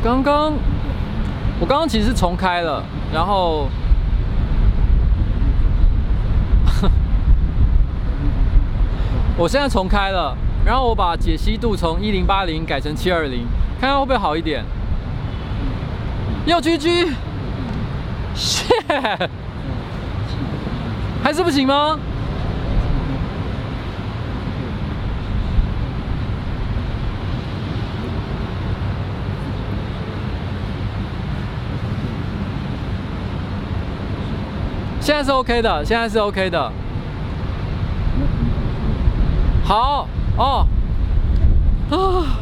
我刚刚其实是重开了，然后我现在重开了，然后我把解析度从1080改成720，看看会不会好一点。又 GG， shit， 还是不行吗？现在是 OK 的，现在是 OK 的。好哦，啊，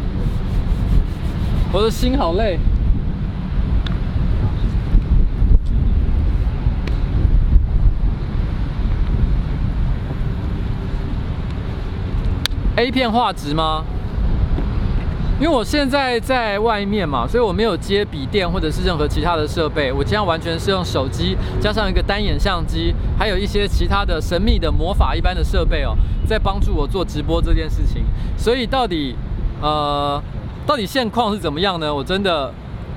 我的心好累。A 片画质吗？因为我现在在外面嘛，所以我没有接笔电或者是任何其他的设备，我今天完全是用手机加上一个单眼相机，还有一些其他的神秘的魔法一般的设备哦，在帮助我做直播这件事情。所以到底现况是怎么样呢？我真的，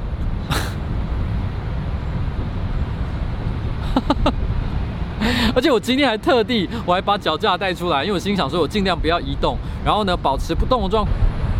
而且我今天还特地我还把脚架带出来，因为我心想说我尽量不要移动，然后呢保持不动的状况。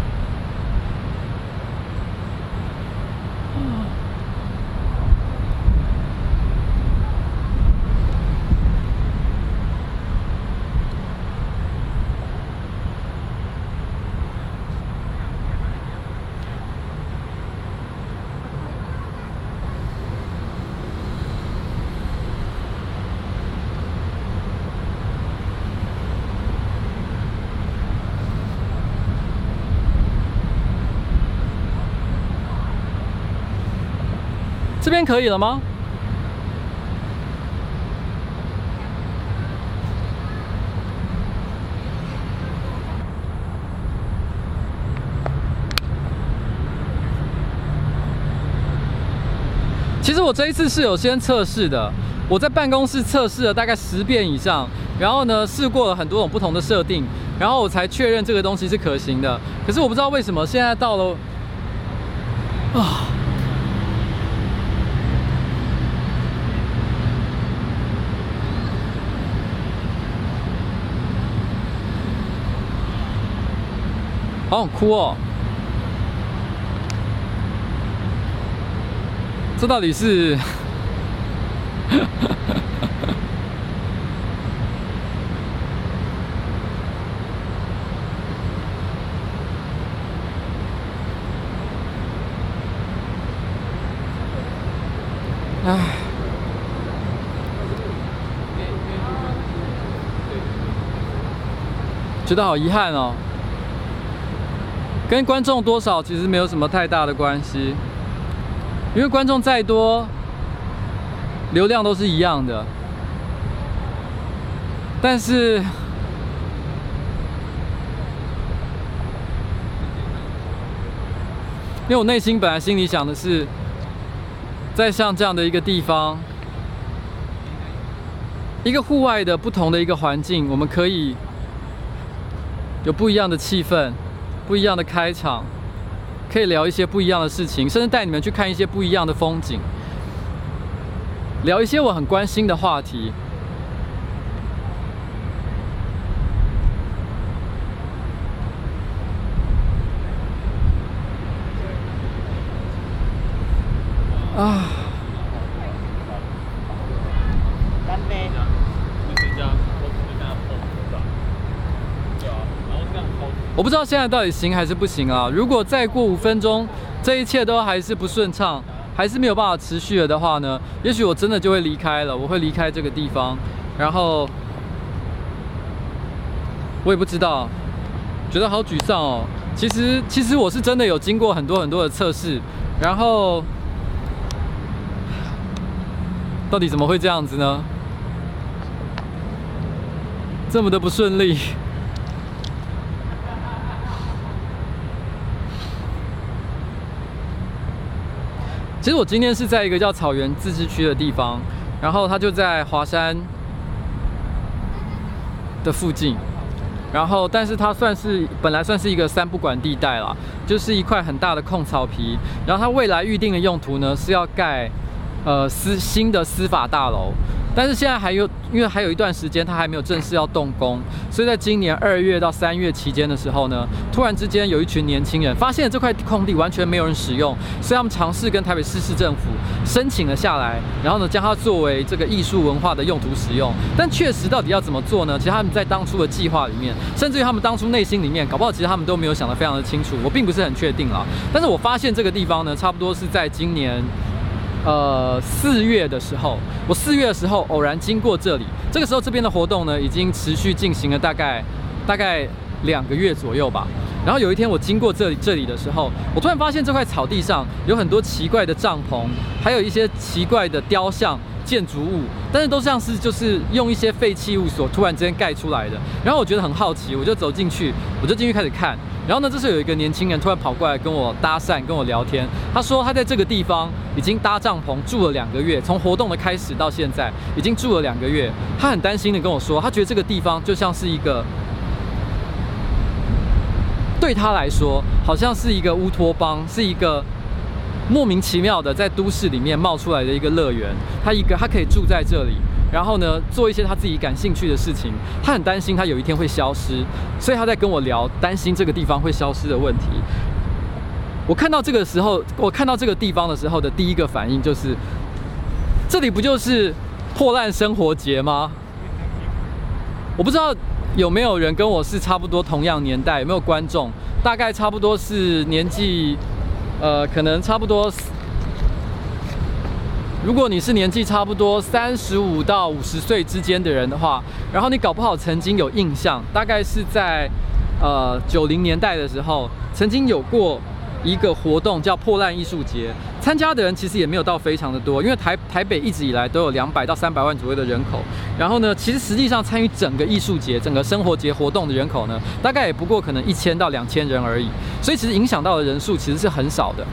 这边可以了吗？其实我这一次是有先测试的，我在办公室测试了大概10遍以上，然后呢试过了很多种不同的设定，然后我才确认这个东西是可行的。可是我不知道为什么现在到了好想哭哦！这到底是？唉，觉得好遗憾哦。跟观众多少其实没有什么太大的关系，因为观众再多，流量都是一样的。但是，因为我内心本来心里想的是，在像这样的一个地方，一个户外的不同的一个环境，我们可以有不一样的气氛。不一样的开场，可以聊一些不一样的事情，甚至带你们去看一些不一样的风景，聊一些我很关心的话题。啊！我不知道现在到底行还是不行啊！如果再过5分钟，这一切都还是不顺畅，还是没有办法持续了的话呢，也许我真的就会离开了，我会离开这个地方，然后我也不知道，觉得好沮丧哦。其实我是真的有经过很多的测试，然后到底怎么会这样子呢？这么的不顺利。其实我今天是在一个叫草原自治区的地方，然后它就在华山的附近。 然后但是它本来算是一个3不管地带啦，就是一块很大的空草皮。然后它未来预定的用途呢是要盖新的司法大楼。但是现在因为还有一段时间，它还没有正式要动工，所以在今年2月到3月期间的时候呢，突然之间有一群年轻人发现这块空地完全没有人使用，所以他们尝试跟台北市市政府申请了下来，然后呢将它作为这个艺术文化的用途使用。但确实到底要怎么做呢？其实他们在当初的计划里面，甚至于他们当初内心里面，搞不好其实他们都没有想得非常的清楚。我并不是很确定啦，但是我发现这个地方呢，差不多是在今年4月的时候，我4月的时候偶然经过这里，这个时候这边的活动呢已经持续进行了大概2个月左右吧。然后有一天我经过这里的时候，我突然发现这块草地上有很多奇怪的帐篷，还有一些奇怪的雕像、建筑物，但是都像是就是用一些废弃物所突然之间盖出来的。然后我觉得很好奇，我就走进去，开始看。然后呢，这时候有一个年轻人突然跑过来跟我搭讪，跟我聊天。他说他在这个地方已经搭帐篷住了2个月，从活动的开始到现在已经住了2个月。他很担心的跟我说，他觉得这个地方就像是一个，对他来说好像是一个乌托邦，是一个莫名其妙的在都市里面冒出来的一个乐园。他可以住在这里，然后呢做一些他自己感兴趣的事情。他很担心他有一天会消失，所以他在跟我聊担心这个地方会消失的问题。我看到这个地方的时候的第一个反应就是，这里不就是破烂生活节吗？我不知道有没有人跟我是差不多同样年代，有没有观众大概差不多是年纪可能差不多，如果你是年纪差不多35到50岁之间的人的话，然后你搞不好曾经有印象，大概是在90年代的时候，曾经有过一个活动叫破烂艺术节，参加的人其实也没有到非常的多，因为台北一直以来都有200到300万左右的人口。然后呢，其实实际上参与整个艺术节、整个生活节活动的人口呢，大概也不过可能1000到2000人而已，所以其实影响到的人数其实是很少的。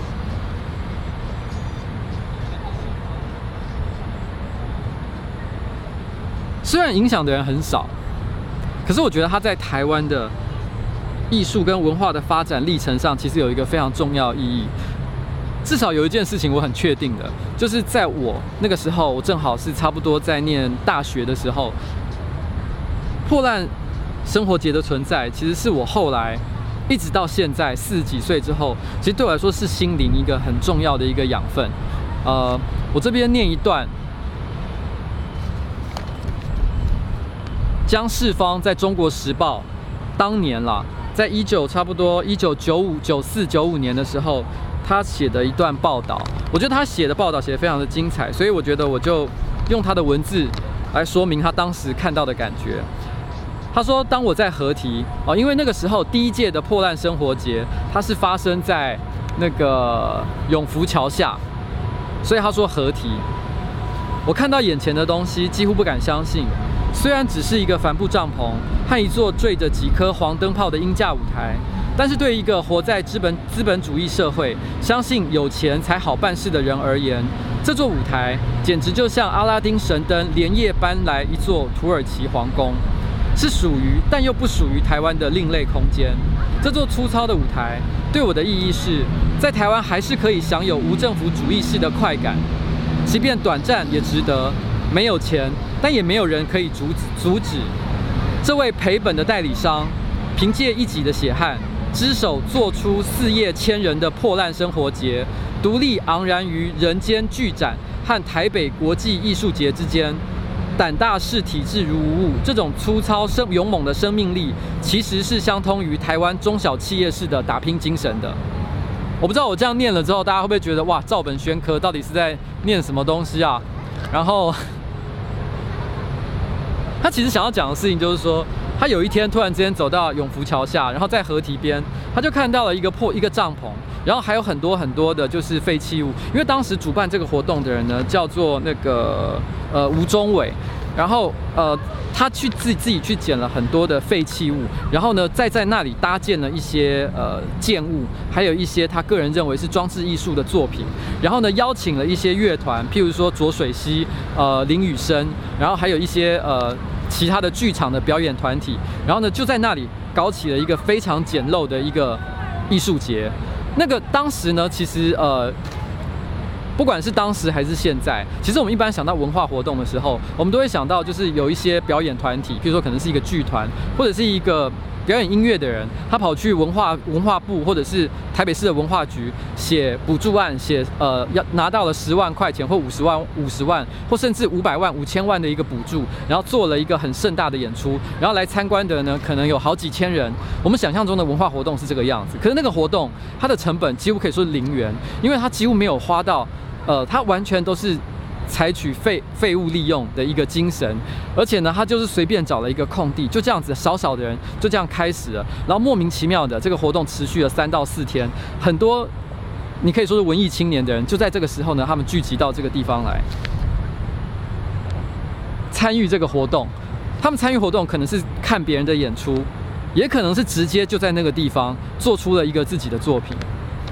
虽然影响的人很少，可是我觉得它在台湾的艺术跟文化的发展历程上，其实有一个非常重要的意义。至少有一件事情我很确定的，就是在我那个时候，我正好是差不多在念大学的时候，破烂生活节的存在，其实是我后来一直到现在40几岁之后，其实对我来说是心灵一个很重要的一个养分。我这边念一段姜世芳在中国时报当年啦，在差不多1995、94、95年的时候，他写的一段报道。我觉得他写的报道写得非常的精彩，所以我觉得我就用他的文字来说明他当时看到的感觉。他说，当我在河堤因为那个时候第1届的破烂生活节，它是发生在那个永福桥下，所以他说河堤，我看到眼前的东西，几乎不敢相信。虽然只是一个帆布帐篷和一座缀着几颗黄灯泡的鹰架舞台，但是对一个活在资本主义社会、相信有钱才好办事的人而言，这座舞台简直就像阿拉丁神灯连夜搬来一座土耳其皇宫，是属于但又不属于台湾的另类空间。这座粗糙的舞台对我的意义是，在台湾还是可以享有无政府主义式的快感，即便短暂也值得。没有钱，但也没有人可以阻止这位赔本的代理商凭借一己的血汗，只手做出4夜1000人的破烂生活节，独立昂然于人间剧展和台北国际艺术节之间。胆大视体制如无物，这种粗糙勇猛的生命力，其实是相通于台湾中小企业式的打拼精神的。我不知道我这样念了之后，大家会不会觉得哇，照本宣科，到底是在念什么东西啊？然后他其实想要讲的事情就是说，他有一天突然之间走到永福桥下，然后在河堤边，他就看到了一个帐篷，然后还有很多很多的就是废弃物。因为当时主办这个活动的人呢，叫做那个吴宗伟，然后他自己去捡了很多的废弃物，然后呢再在那里搭建了一些建物，还有一些他个人认为是装置艺术的作品，然后呢邀请了一些乐团，譬如说浊水溪、林雨生，然后还有一些其他的剧场的表演团体，然后呢就在那里搞起了一个非常简陋的一个艺术节。那个当时呢，其实不管是当时还是现在，其实我们一般想到文化活动的时候，我们都会想到就是有一些表演团体，比如说可能是一个剧团，或者是一个表演音乐的人，他跑去文化部或者是台北市的文化局写补助案，要拿到了10万块钱或50万，或甚至500万、5000万的一个补助，然后做了一个很盛大的演出，然后来参观的呢可能有好几千人。我们想象中的文化活动是这个样子，可是那个活动它的成本几乎可以说是0元，因为它几乎没有花到，它完全都是采取废物利用的一个精神，而且呢，他就是随便找了一个空地，就这样子少的人就这样开始了，然后莫名其妙的这个活动持续了3到4天，很多你可以说是文艺青年的人就在这个时候呢，他们聚集到这个地方来参与这个活动。他们参与活动可能是看别人的演出，也可能是直接就在那个地方做出了一个自己的作品。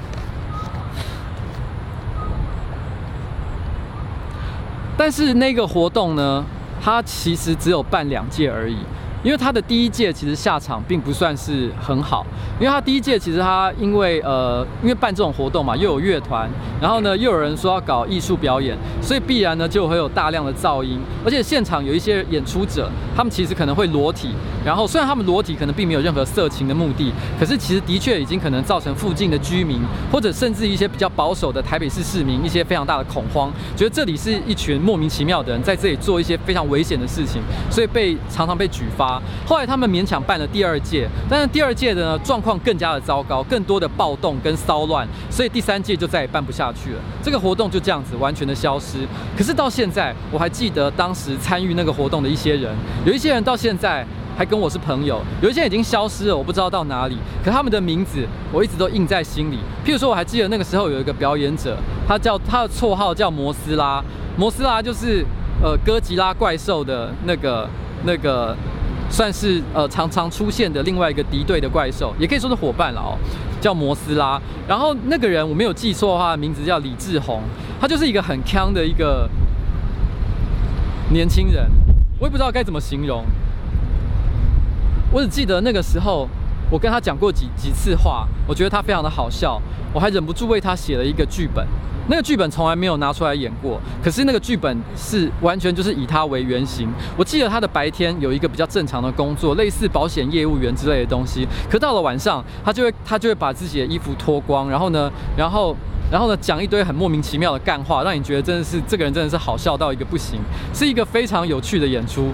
但是那个活动呢，它其实只有办2届而已，因为它的第1届其实下场并不算是很好，因为它第1届其实它因为办这种活动嘛，又有乐团，然后呢又有人说要搞艺术表演，所以必然呢就会有大量的噪音，而且现场有一些演出者，他们其实可能会裸体，然后虽然他们裸体可能并没有任何色情的目的，可是其实的确已经可能造成附近的居民或者甚至一些比较保守的台北市市民一些非常大的恐慌，觉得这里是一群莫名其妙的人在这里做一些非常危险的事情，所以常常被举发。后来他们勉强办了第2届，但是第2届的呢状况更加的糟糕，更多的暴动跟骚乱，所以第3届就再也办不下去了。这个活动就这样子完全的消失。可是到现在，我还记得当时参与那个活动的一些人，有一些人到现在还跟我是朋友，有一些人已经消失了，我不知道到哪里。可他们的名字我一直都印在心里。譬如说，我还记得那个时候有一个表演者，他的绰号叫摩斯拉，摩斯拉就是哥吉拉怪兽的那个。算是常常出现的另外一个敌对的怪兽，也可以说是伙伴了哦，叫摩斯拉。然后那个人我没有记错的话，名字叫李志宏，他就是一个很鏘的一个年轻人，我也不知道该怎么形容。我只记得那个时候我跟他讲过几次话，我觉得他非常的好笑，我还忍不住为他写了一个剧本。那个剧本从来没有拿出来演过，可是那个剧本是完全就是以他为原型。我记得他的白天有一个比较正常的工作，类似保险业务员之类的东西。可到了晚上，他就会把自己的衣服脱光，然后呢讲一堆很莫名其妙的干话，让你觉得真的是这个人真的是好笑到一个不行，是一个非常有趣的演出。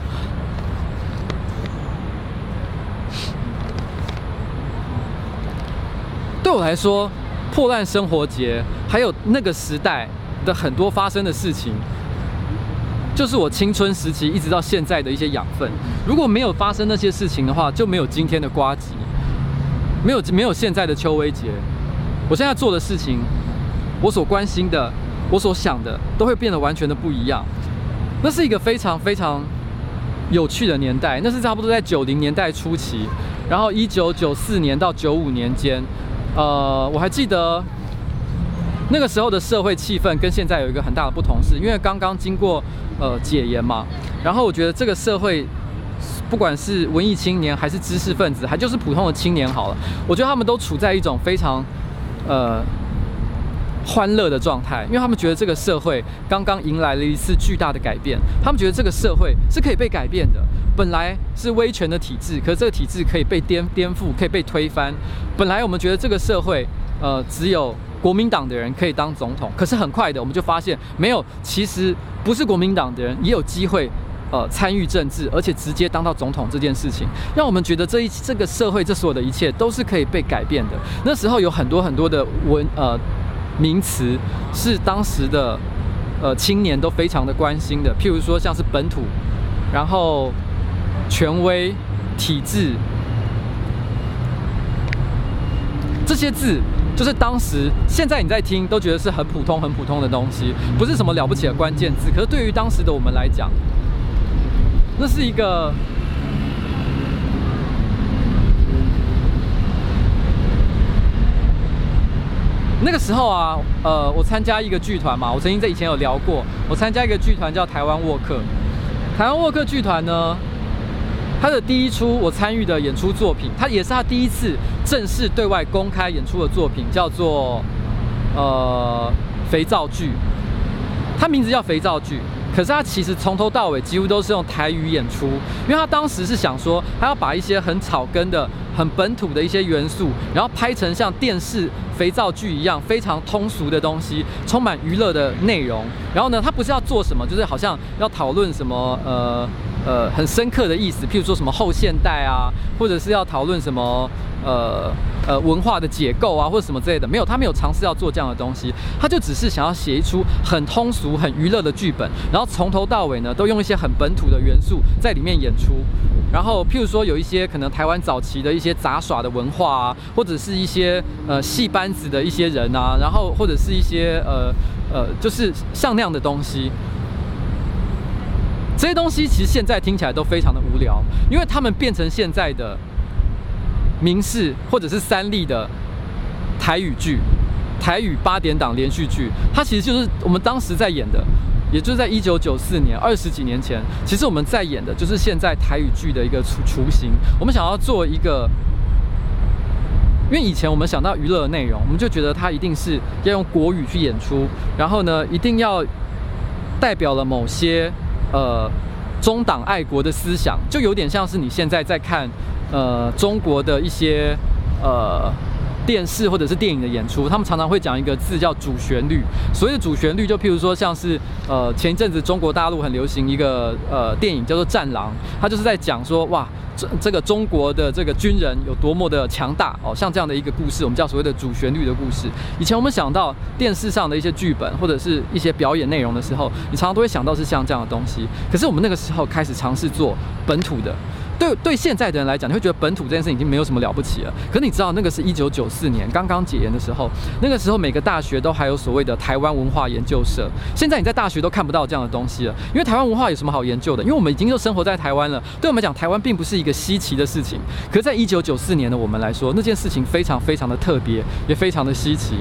对我来说，破烂生活节还有那个时代的很多发生的事情，就是我青春时期一直到现在的一些养分。如果没有发生那些事情的话，就没有今天的呱吉，没有现在的邱威杰。我现在做的事情，我所关心的，我所想的，都会变得完全的不一样。那是一个非常非常有趣的年代，那是差不多在90年代初期，然后1994年到95年间。我还记得那个时候的社会气氛跟现在有一个很大的不同，是因为刚刚经过解严嘛，然后我觉得这个社会不管是文艺青年还是知识分子，还就是普通的青年好了，我觉得他们都处在一种非常欢乐的状态，因为他们觉得这个社会刚刚迎来了一次巨大的改变，他们觉得这个社会是可以被改变的。本来是威权的体制，可是这个体制可以被颠覆，可以被推翻。本来我们觉得这个社会，只有国民党的人可以当总统，可是很快的我们就发现，没有，其实不是国民党的人也有机会，参与政治，而且直接当到总统这件事情，让我们觉得这个社会这所有的一切都是可以被改变的。那时候有很多很多的名词是当时的青年都非常的关心的，譬如说像是本土，然后权威、体制，这些字就是当时现在你在听都觉得是很普通的东西，不是什么了不起的关键字，可是对于当时的我们来讲，那是一个那个时候啊，我参加一个剧团嘛，我曾经在以前有聊过，我参加一个剧团叫台湾沃克。台湾沃克剧团呢， 他的第一出我参与的演出作品，他也是他第一次正式对外公开演出的作品，叫做肥皂剧。它名字叫肥皂剧，可是他其实从头到尾几乎都是用台语演出，因为他当时是想说，他要把一些很草根的、很本土的一些元素，然后拍成像电视肥皂剧一样非常通俗的东西，充满娱乐的内容。然后呢，他不是要做什么，就是好像要讨论什么很深刻的意思，譬如说什么后现代啊，或者是要讨论什么文化的解构啊，或者什么之类的，没有，他没有尝试要做这样的东西，他就只是想要写一出很通俗、很娱乐的剧本，然后从头到尾呢，都用一些很本土的元素在里面演出。然后，譬如说有一些可能台湾早期的一些杂耍的文化啊，或者是一些戏班子的一些人啊，然后或者是一些就是像那样的东西。这些东西其实现在听起来都非常的无聊，因为他们变成现在的民视或者是三立的台语剧、台语8点档连续剧，它其实就是我们当时在演的，也就是在1994年，20几年前，其实我们在演的就是现在台语剧的一个雏形。我们想要做一个，因为以前我们想到娱乐的内容，我们就觉得它一定是要用国语去演出，然后呢，一定要代表了某些中党爱国的思想，就有点像是你现在在看中国的一些电视或者是电影的演出，他们常常会讲一个字叫主旋律。所谓的主旋律，就譬如说像是前一阵子中国大陆很流行一个电影叫做《战狼》，它就是在讲说哇，这个中国的这个军人有多么的强大哦，像这样的一个故事，我们叫所谓的主旋律的故事。以前我们想到电视上的一些剧本或者是一些表演内容的时候，你常常都会想到是像这样的东西。可是我们那个时候开始尝试做本土的。对现在的人来讲，你会觉得本土这件事已经没有什么了不起了。可是你知道，那个是1994年刚刚解严的时候，那个时候每个大学都还有所谓的台湾文化研究社。现在你在大学都看不到这样的东西了，因为台湾文化有什么好研究的？因为我们已经就生活在台湾了，对我们讲，台湾并不是一个稀奇的事情。可是，在1994年的我们来说，那件事情非常非常的特别，也非常的稀奇。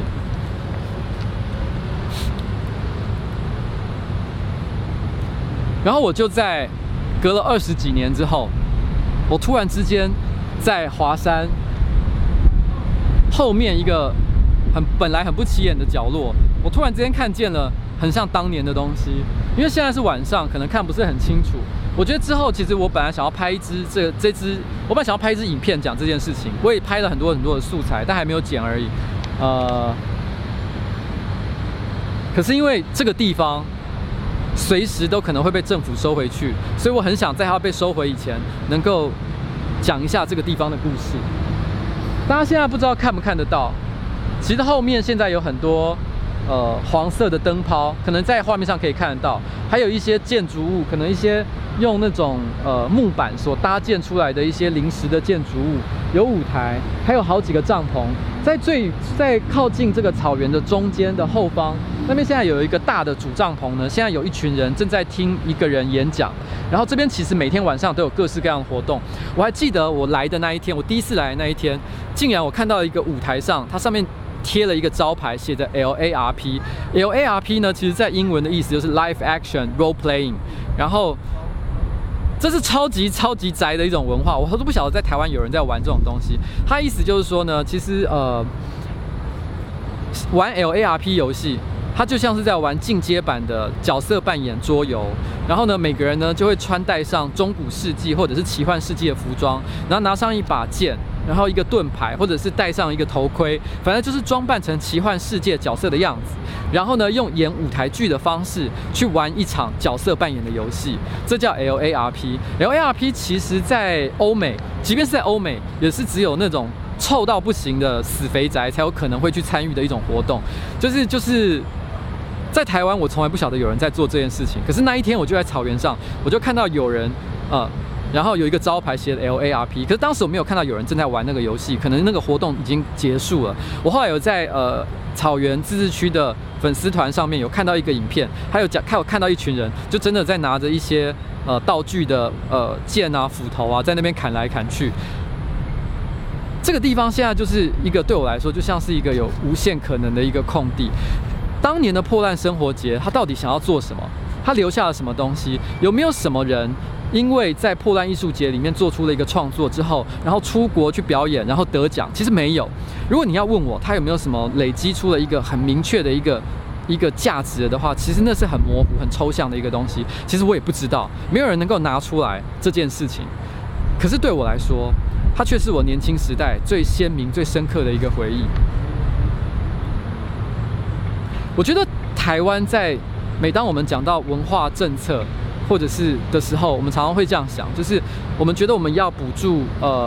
然后我就在隔了20几年之后，我突然之间在华山后面一个本来很不起眼的角落，我突然之间看见了很像当年的东西。因为现在是晚上，可能看不是很清楚。我觉得之后其实我本来想要拍一支我本来想要拍一支影片讲这件事情，我也拍了很多很多的素材，但还没有剪而已。可是因为这个地方随时都可能会被政府收回去，所以我很想在它被收回以前，能够讲一下这个地方的故事。大家现在不知道看不看得到，其实后面现在有很多黄色的灯泡，可能在画面上可以看得到，还有一些建筑物，可能一些用那种木板所搭建出来的一些临时的建筑物，有舞台，还有好几个帐篷。在靠近这个草原的中间的后方，那边现在有一个大的主帐篷呢，现在有一群人正在听一个人演讲。然后这边其实每天晚上都有各式各样的活动。我还记得我来的那一天，我第一次来的那一天，竟然我看到一个舞台上，它上面贴了一个招牌，写着 LARP。LARP 呢，其实在英文的意思就是 Live Action Role Playing。然后这是超级超级宅的一种文化，我都不晓得在台湾有人在玩这种东西。它意思就是说呢，其实玩 LARP 游戏，它就像是在玩进阶版的角色扮演桌游。然后呢，每个人呢就会穿戴上中古世纪或者是奇幻世纪的服装，然后拿上一把剑，然后一个盾牌，或者是戴上一个头盔，反正就是装扮成奇幻世界角色的样子。然后呢，用演舞台剧的方式去玩一场角色扮演的游戏，这叫 LARP。LARP 其实在欧美，即便是在欧美，也是只有那种臭到不行的死肥宅才有可能会去参与的一种活动。就是在台湾，我从来不晓得有人在做这件事情。可是那一天，我就在草原上，我就看到有人然后有一个招牌写的 LARP， 可是当时我没有看到有人正在玩那个游戏，可能那个活动已经结束了。我后来有在草原自治区的粉丝团上面有看到一个影片，还有看到一群人就真的在拿着一些道具的剑啊、斧头啊，在那边砍来砍去。这个地方现在就是一个对我来说就像是一个有无限可能的一个空地。当年的破烂生活节，它到底想要做什么？它留下了什么东西？有没有什么人因为在破烂艺术节里面做出了一个创作之后，然后出国去表演，然后得奖，其实没有。如果你要问我他有没有什么累积出了一个很明确的一个价值的话，其实那是很模糊、很抽象的一个东西。其实我也不知道，没有人能够拿出来这件事情。可是对我来说，它却是我年轻时代最鲜明、最深刻的一个回忆。我觉得台湾在每当我们讲到文化政策或者是的时候，我们常常会这样想，就是我们觉得我们要补助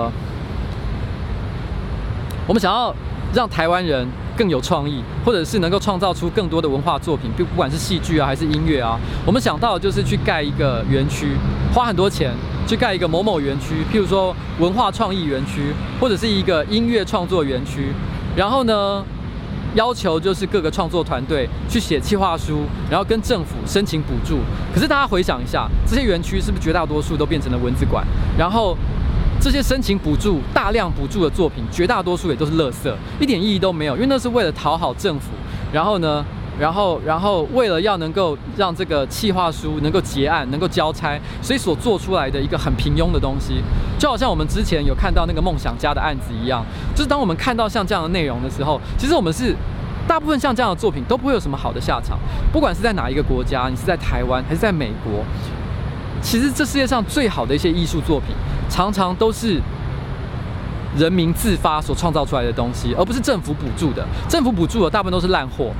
我们想要让台湾人更有创意，或者是能够创造出更多的文化作品，不管是戏剧啊还是音乐啊，我们想到的就是去盖一个园区，花很多钱去盖一个某某园区，譬如说文化创意园区，或者是一个音乐创作园区，然后呢，要求就是各个创作团队去写企划书，然后跟政府申请补助。可是大家回想一下，这些园区是不是绝大多数都变成了蚊子馆？然后这些申请补助、大量补助的作品，绝大多数也都是垃圾，一点意义都没有，因为那是为了讨好政府。然后呢，然后为了要能够让这个企划书能够结案、能够交差，所以所做出来的一个很平庸的东西，就好像我们之前有看到那个梦想家的案子一样，就是当我们看到像这样的内容的时候，其实我们是大部分像这样的作品都不会有什么好的下场，不管是在哪一个国家，你是在台湾还是在美国，其实这世界上最好的一些艺术作品，常常都是人民自发所创造出来的东西，而不是政府补助的。政府补助的大部分都是烂货。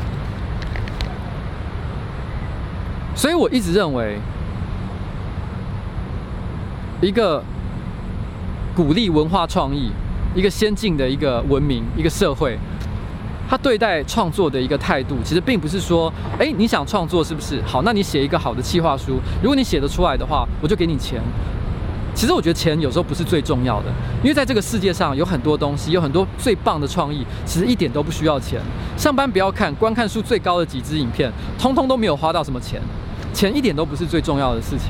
所以我一直认为，一个鼓励文化创意、一个先进的一个文明、一个社会，他对待创作的一个态度，其实并不是说，你想创作是不是？好，那你写一个好的企划书，如果你写得出来的话，我就给你钱。其实我觉得钱有时候不是最重要的，因为在这个世界上有很多东西，有很多最棒的创意，其实一点都不需要钱。上班不要看观看数最高的几支影片，通通都没有花到什么钱，钱一点都不是最重要的事情，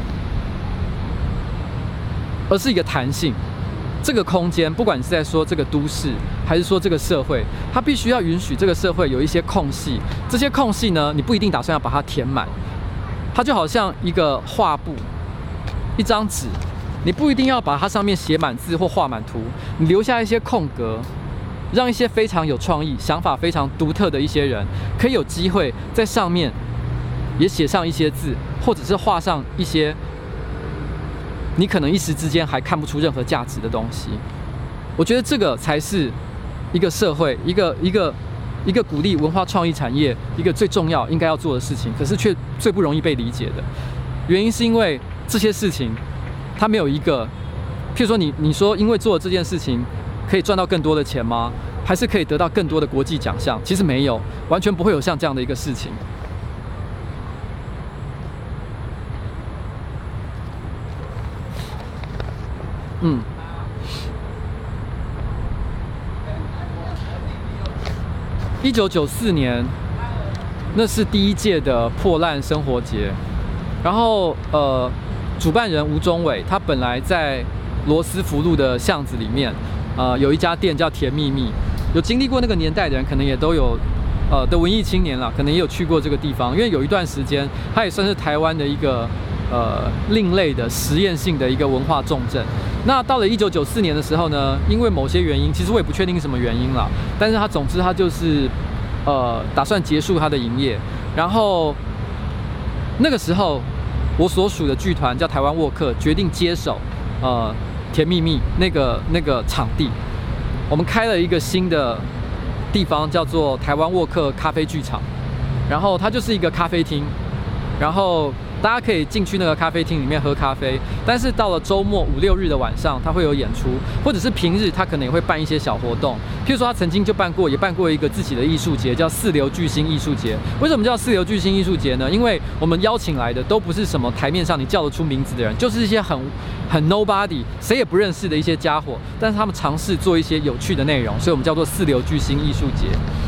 而是一个弹性。这个空间，不管你是在说这个都市，还是说这个社会，它必须要允许这个社会有一些空隙。这些空隙呢，你不一定打算要把它填满，它就好像一个画布，一张纸。你不一定要把它上面写满字或画满图，你留下一些空格，让一些非常有创意、想法非常独特的一些人，可以有机会在上面也写上一些字，或者是画上一些你可能一时之间还看不出任何价值的东西。我觉得这个才是一个社会、一个鼓励文化创意产业一个最重要应该要做的事情，可是却最不容易被理解的原因，是因为这些事情。它没有一个，譬如说你说因为做了这件事情可以赚到更多的钱吗？还是可以得到更多的国际奖项？其实没有，完全不会有像这样的一个事情。1994年，那是第一届的破烂生活节，然后主办人吴宗伟，他本来在罗斯福路的巷子里面，有一家店叫甜蜜蜜。有经历过那个年代的人，可能也都有，的文艺青年啦，可能也有去过这个地方。因为有一段时间，它也算是台湾的一个另类的实验性的一个文化重镇。那到了1994年的时候呢，因为某些原因，其实我也不确定什么原因啦，但是总之他就是打算结束他的营业。然后那个时候。我所属的剧团叫台湾沃克，决定接手甜蜜蜜那个场地。我们开了一个新的地方，叫做台湾沃克咖啡剧场。然后它就是一个咖啡厅，然后大家可以进去那个咖啡厅里面喝咖啡。但是到了周末5、6日的晚上，它会有演出，或者是平日它可能也会办一些小活动。譬如说，他曾经就也办过一个自己的艺术节，叫4流巨星艺术节。为什么叫4流巨星艺术节呢？因为我们邀请来的都不是什么台面上你叫得出名字的人，就是一些很 nobody 谁也不认识的一些家伙，但是他们尝试做一些有趣的内容，所以我们叫做4流巨星艺术节。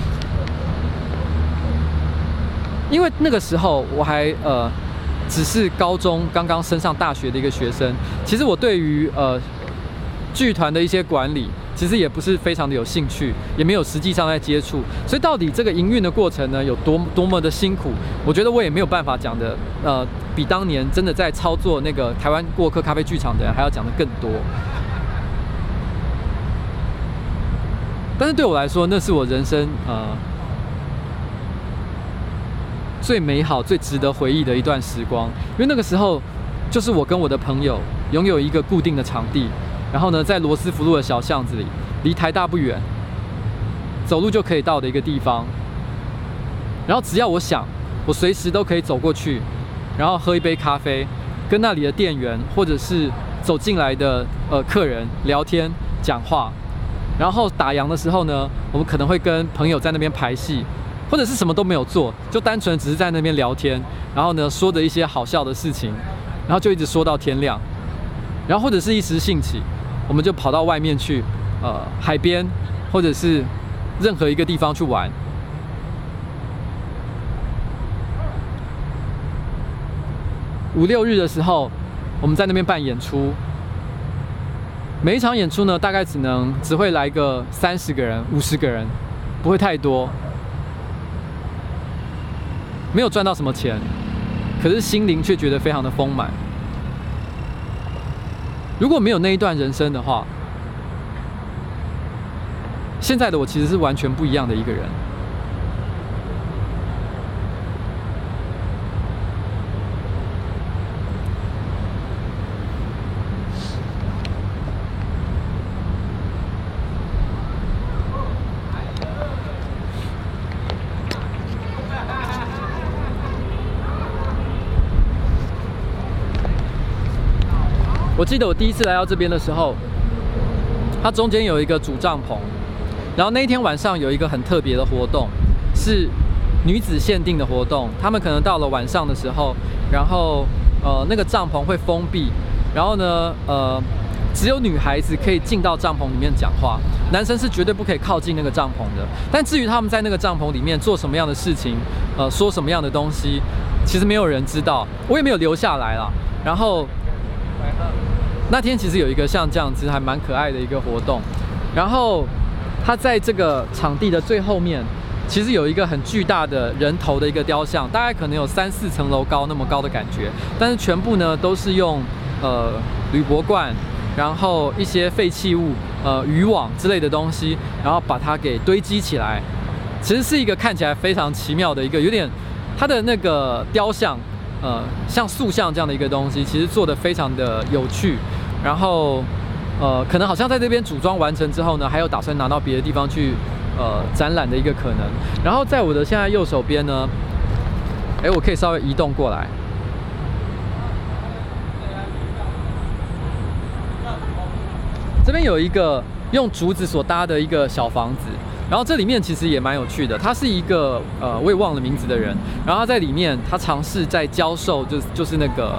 因为那个时候我还只是高中刚刚升上大学的一个学生，其实我对于剧团的一些管理， 其实也不是非常的有兴趣，也没有实际上在接触，所以到底这个营运的过程呢，有多么的辛苦，我觉得我也没有办法讲的，比当年真的在操作那个台湾过客咖啡剧场的人还要讲的更多。但是对我来说，那是我人生最美好、最值得回忆的一段时光，因为那个时候就是我跟我的朋友拥有一个固定的场地，然后呢，在罗斯福路的小巷子里，离台大不远，走路就可以到的一个地方。然后只要我想，我随时都可以走过去，然后喝一杯咖啡，跟那里的店员或者是走进来的客人聊天、讲话。然后打烊的时候呢，我们可能会跟朋友在那边排戏，或者是什么都没有做，就单纯只是在那边聊天，然后呢说着一些好笑的事情，然后就一直说到天亮。然后或者是一时兴起，我们就跑到外面去，海边或者是任何一个地方去玩。5、6日的时候，我们在那边办演出。每一场演出呢，大概只会来个30个人、50个人，不会太多。没有赚到什么钱，可是心灵却觉得非常的丰满。如果没有那一段人生的话，现在的我其实是完全不一样的一个人。我记得我第一次来到这边的时候，它中间有一个主帐篷，然后那一天晚上有一个很特别的活动，是女子限定的活动。他们可能到了晚上的时候，然后那个帐篷会封闭，然后呢只有女孩子可以进到帐篷里面讲话，男生是绝对不可以靠近那个帐篷的。但至于他们在那个帐篷里面做什么样的事情，说什么样的东西，其实没有人知道，我也没有留下来啦。然后那天其实有一个像这样子还蛮可爱的一个活动，然后它在这个场地的最后面，其实有一个很巨大的人头的一个雕像，大概可能有3、4层楼高那么高的感觉，但是全部呢都是用铝箔罐，然后一些废弃物、渔网之类的东西，然后把它给堆积起来。其实是一个看起来非常奇妙的一个，有点它的那个雕像。像塑像这样的一个东西，其实做得非常的有趣，然后可能好像在这边组装完成之后呢，还有打算拿到别的地方去展览的一个可能。然后在我的现在右手边呢，我可以稍微移动过来，这边有一个用竹子所搭的一个小房子。然后这里面其实也蛮有趣的，他是一个我也忘了名字的人，然后他在里面他尝试在教授就是那个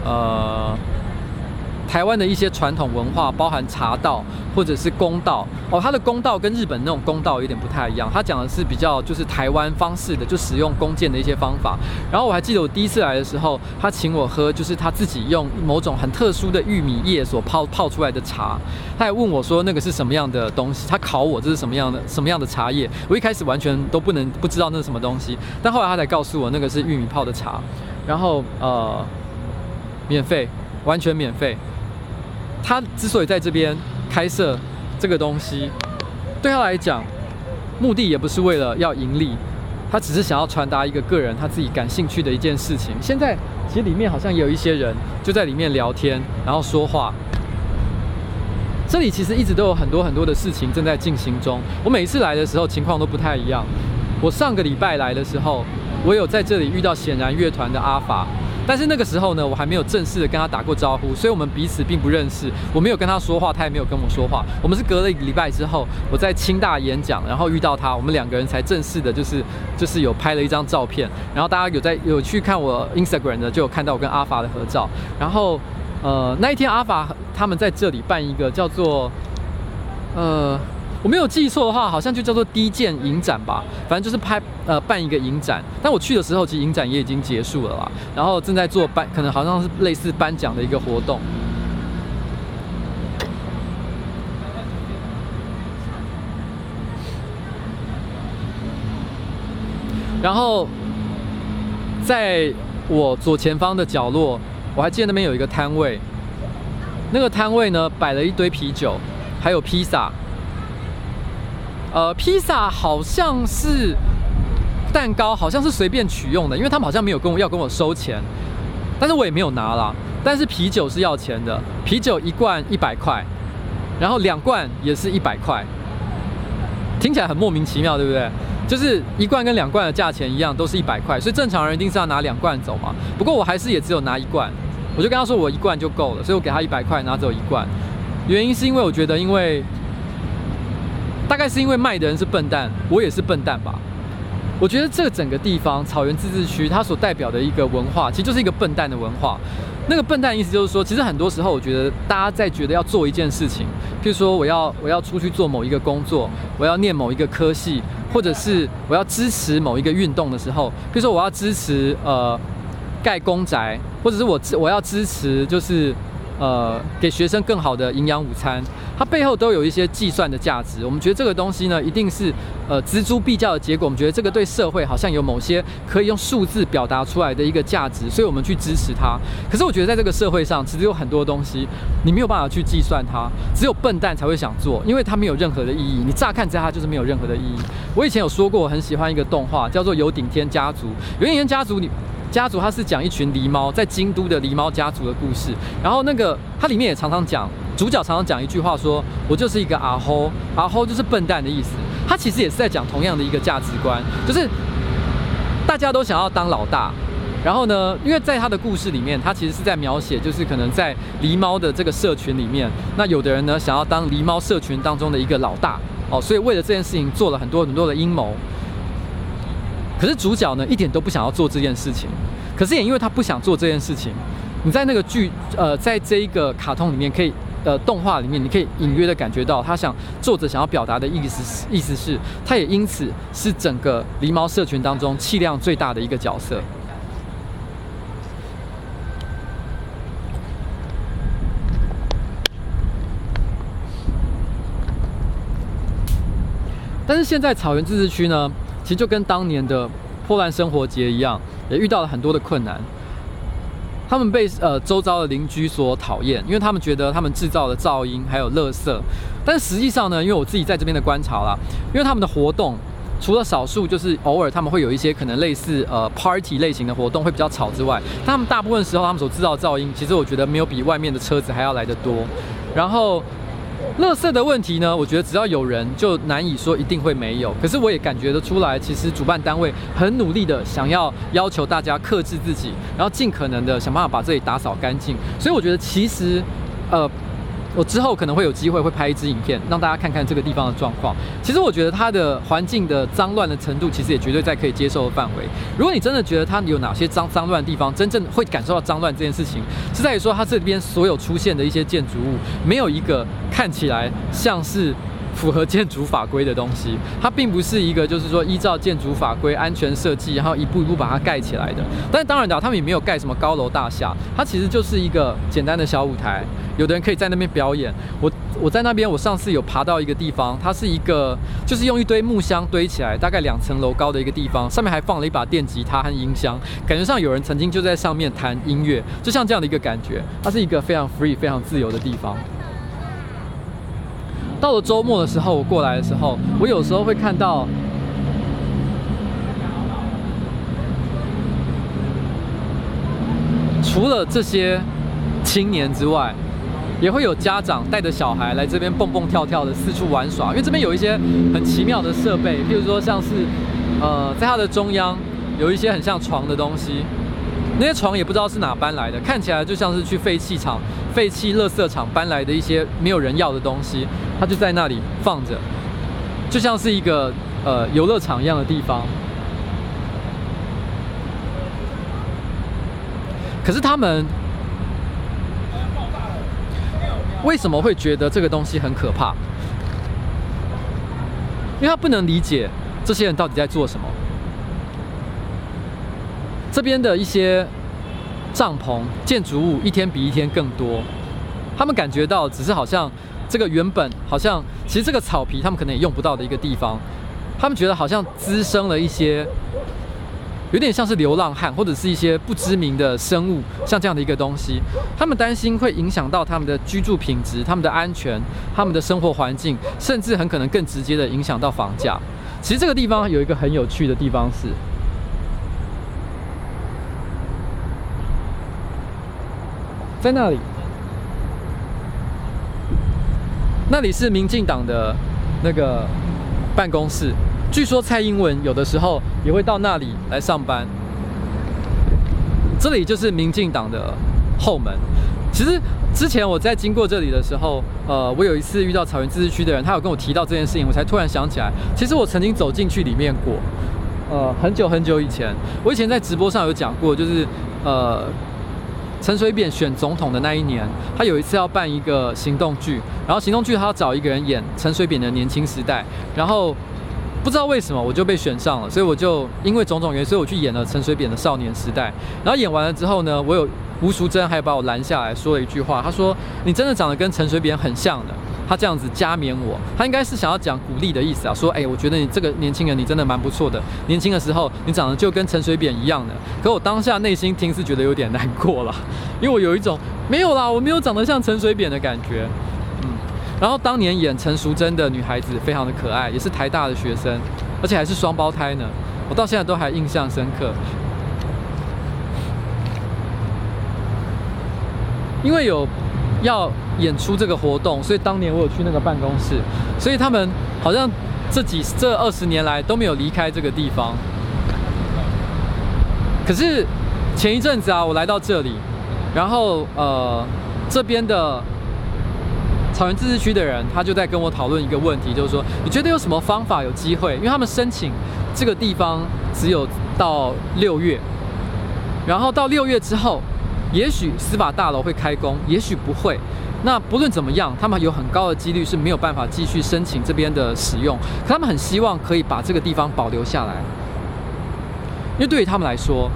台湾的一些传统文化，包含茶道或者是公道哦。他的公道跟日本那种公道有点不太一样，他讲的是比较就是台湾方式的，就使用弓箭的一些方法。然后我还记得我第一次来的时候，他请我喝就是他自己用某种很特殊的玉米叶所泡出来的茶。他还问我说那个是什么样的东西，他考我这是什么样的茶叶。我一开始完全都不知道那是什么东西，但后来他才告诉我那个是玉米泡的茶，然后免费，完全免费。他之所以在这边开设这个东西，对他来讲，目的也不是为了要盈利，他只是想要传达一个个人他自己感兴趣的一件事情。现在其实里面好像也有一些人就在里面聊天，然后说话。这里其实一直都有很多的事情正在进行中。我每一次来的时候情况都不太一样。我上个礼拜来的时候，我有在这里遇到显然乐团的阿法。但是那个时候呢，我还没有正式的跟他打过招呼，所以我们彼此并不认识。我没有跟他说话，他也没有跟我说话。我们是隔了1个礼拜之后，我在清大演讲，然后遇到他，我们2个人才正式的，就是有拍了一张照片。然后大家有去看我 Instagram 的，就有看到我跟阿法的合照。然后那一天阿法他们在这里办一个叫做我没有记错的话，好像就叫做低剑影展吧，反正就是办一个影展。但我去的时候，其实影展也已经结束了啦，然后正在做可能好像是类似颁奖的一个活动。 然后在我左前方的角落，我还记得那边有一个摊位，那个摊位呢摆了一堆啤酒，还有披萨。披萨好像是蛋糕，好像是随便取用的，因为他们好像没有要跟我收钱，但是我也没有拿啦。但是啤酒是要钱的，啤酒1罐100块，然后2罐也是100块，听起来很莫名其妙，对不对？就是1罐跟2罐的价钱一样，都是100块，所以正常人一定是要拿2罐走嘛。不过我还是也只有拿1罐，我就跟他说我1罐就够了，所以我给他100块，拿走1罐。原因是因为我觉得，大概是因为卖的人是笨蛋，我也是笨蛋吧。我觉得这个整个地方草原自治区它所代表的一个文化，其实就是一个笨蛋的文化。那个笨蛋的意思就是说，其实很多时候我觉得大家在觉得要做一件事情，譬如说我要出去做某一个工作，我要念某一个科系，或者是我要支持某一个运动的时候，譬如说我要支持盖公宅，或者是我要支持就是给学生更好的营养午餐，它背后都有一些计算的价值。我们觉得这个东西呢，一定是锱铢必较的结果。我们觉得这个对社会好像有某些可以用数字表达出来的一个价值，所以我们去支持它。可是我觉得在这个社会上，其实有很多东西你没有办法去计算它，只有笨蛋才会想做，因为它没有任何的意义。你乍看之下它就是没有任何的意义。我以前有说过，我很喜欢一个动画，叫做《有顶天家族》。有顶天家族它是讲一群狸猫在京都的狸猫家族的故事，然后它里面也常常讲，主角常常讲一句话说，我就是一个阿吼，阿吼就是笨蛋的意思。他其实也是在讲同样的一个价值观，就是大家都想要当老大。然后呢，因为在他的故事里面，他其实是在描写，就是可能在狸猫的这个社群里面，那有的人呢想要当狸猫社群当中的一个老大哦，所以为了这件事情做了很多很多的阴谋。可是主角呢，一点都不想要做这件事情。可是也因为他不想做这件事情，你在那个在这一个卡通里面可以，动画里面，你可以隐约的感觉到，作者想要表达的意思是，他也因此是整个狸猫社群当中气量最大的一个角色。但是现在草原自治区呢，其实就跟当年的破烂生活节一样，也遇到了很多的困难。他们被周遭的邻居所讨厌，因为他们觉得他们制造了噪音还有垃圾。但是实际上呢，因为我自己在这边的观察啦，因为他们的活动除了少数就是偶尔他们会有一些可能类似party 类型的活动会比较吵之外，但他们大部分时候他们所制造的噪音，其实我觉得没有比外面的车子还要来得多。然后垃圾的问题呢，我觉得只要有人就难以说一定会没有。可是我也感觉得出来，其实主办单位很努力的想要求大家克制自己，然后尽可能的想办法把这里打扫干净。所以我觉得其实我之后可能会有机会会拍一支影片，让大家看看这个地方的状况。其实我觉得它的环境的脏乱的程度，其实也绝对在可以接受的范围。如果你真的觉得它有哪些脏乱的地方，真正会感受到脏乱这件事情，是在于说它这边所有出现的一些建筑物，没有一个看起来像是符合建筑法规的东西。它并不是一个就是说依照建筑法规安全设计，然后一步一步把它盖起来的。但是当然的，他们也没有盖什么高楼大厦，它其实就是一个简单的小舞台。有的人可以在那边表演。我在那边，我上次有爬到一个地方，它是一个就是用一堆木箱堆起来，大概2层楼高的一个地方，上面还放了一把电吉他和音箱，感觉上有人曾经就在上面弹音乐，就像这样的一个感觉。它是一个非常 free、非常自由的地方。到了周末的时候，我过来的时候，我有时候会看到除了这些青年之外，也会有家长带着小孩来这边蹦蹦跳跳的四处玩耍，因为这边有一些很奇妙的设备，譬如说像是在它的中央有一些很像床的东西，那些床也不知道是哪搬来的，看起来就像是去废弃垃圾场搬来的一些没有人要的东西，它就在那里放着，就像是一个游乐场一样的地方。可是他们为什么会觉得这个东西很可怕？因为他不能理解这些人到底在做什么。这边的一些帐篷、建筑物一天比一天更多，他们感觉到只是好像这个原本好像其实这个草皮他们可能也用不到的一个地方，他们觉得好像滋生了一些有点像是流浪汉或者是一些不知名的生物，像这样的一个东西，他们担心会影响到他们的居住品质、他们的安全、他们的生活环境，甚至很可能更直接的影响到房价。其实这个地方有一个很有趣的地方是，在那里，那里是民进党的那个办公室。据说蔡英文有的时候也会到那里来上班。这里就是民进党的后门。其实之前我在经过这里的时候，我有一次遇到草原自治区的人，他有跟我提到这件事情，我才突然想起来，其实我曾经走进去里面过。很久很久以前，我以前在直播上有讲过，就是陈水扁选总统的那一年，他有一次要办一个行动剧，然后行动剧他要找一个人演陈水扁的年轻时代，然后不知道为什么我就被选上了，所以我就因为种种原因，所以我去演了陈水扁的少年时代。然后演完了之后呢，我有吴淑珍还有把我拦下来说了一句话，他说：“你真的长得跟陈水扁很像的。”他这样子加冕我，他应该是想要讲鼓励的意思啊，说我觉得你这个年轻人你真的蛮不错的，年轻的时候你长得就跟陈水扁一样的。可我当下内心听是觉得有点难过啦，因为我有一种没有啦，我没有长得像陈水扁的感觉。然后当年演陈淑贞的女孩子非常的可爱，也是台大的学生，而且还是双胞胎呢，我到现在都还印象深刻。因为有要演出这个活动，所以当年我有去那个办公室，所以他们好像这20年来都没有离开这个地方。可是前一阵子啊，我来到这里，然后这边的草原自治区的人，他就在跟我讨论一个问题，就是说你觉得有什么方法有机会？因为他们申请这个地方只有到6月，然后到6月之后，也许司法大楼会开工，也许不会。那不论怎么样，他们有很高的几率是没有办法继续申请这边的使用，可他们很希望可以把这个地方保留下来，因为对于他们来说，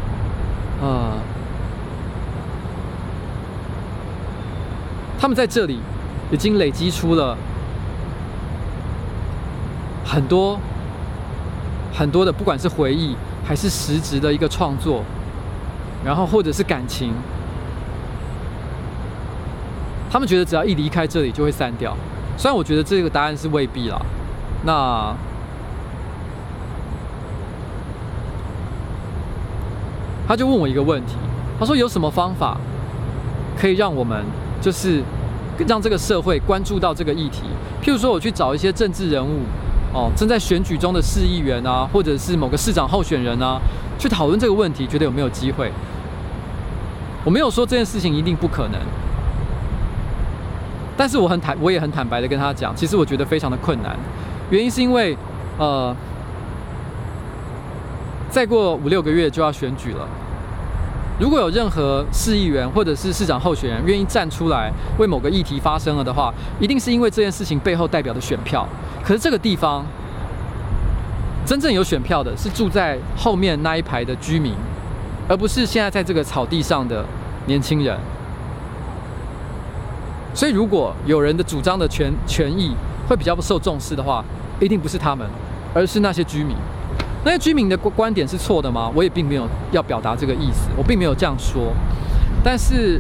他们在这里已经累积出了很多很多的，不管是回忆还是实质的一个创作，然后或者是感情。他们觉得只要一离开这里就会散掉，虽然我觉得这个答案是未必啦。那他就问我一个问题，他说有什么方法可以让我们就是让这个社会关注到这个议题？譬如说我去找一些政治人物正在选举中的市议员啊，或者是某个市长候选人啊，去讨论这个问题，觉得有没有机会？我没有说这件事情一定不可能。但是我也很坦白的跟他讲，其实我觉得非常的困难，原因是因为再过5-6个月就要选举了，如果有任何市议员或者是市长候选人愿意站出来为某个议题发声了的话，一定是因为这件事情背后代表的选票。可是这个地方真正有选票的是住在后面那一排的居民，而不是现在在这个草地上的年轻人。所以，如果有人的主张的权益会比较不受重视的话，一定不是他们，而是那些居民。那些居民的观点是错的吗？我也并没有要表达这个意思，我并没有这样说。但是，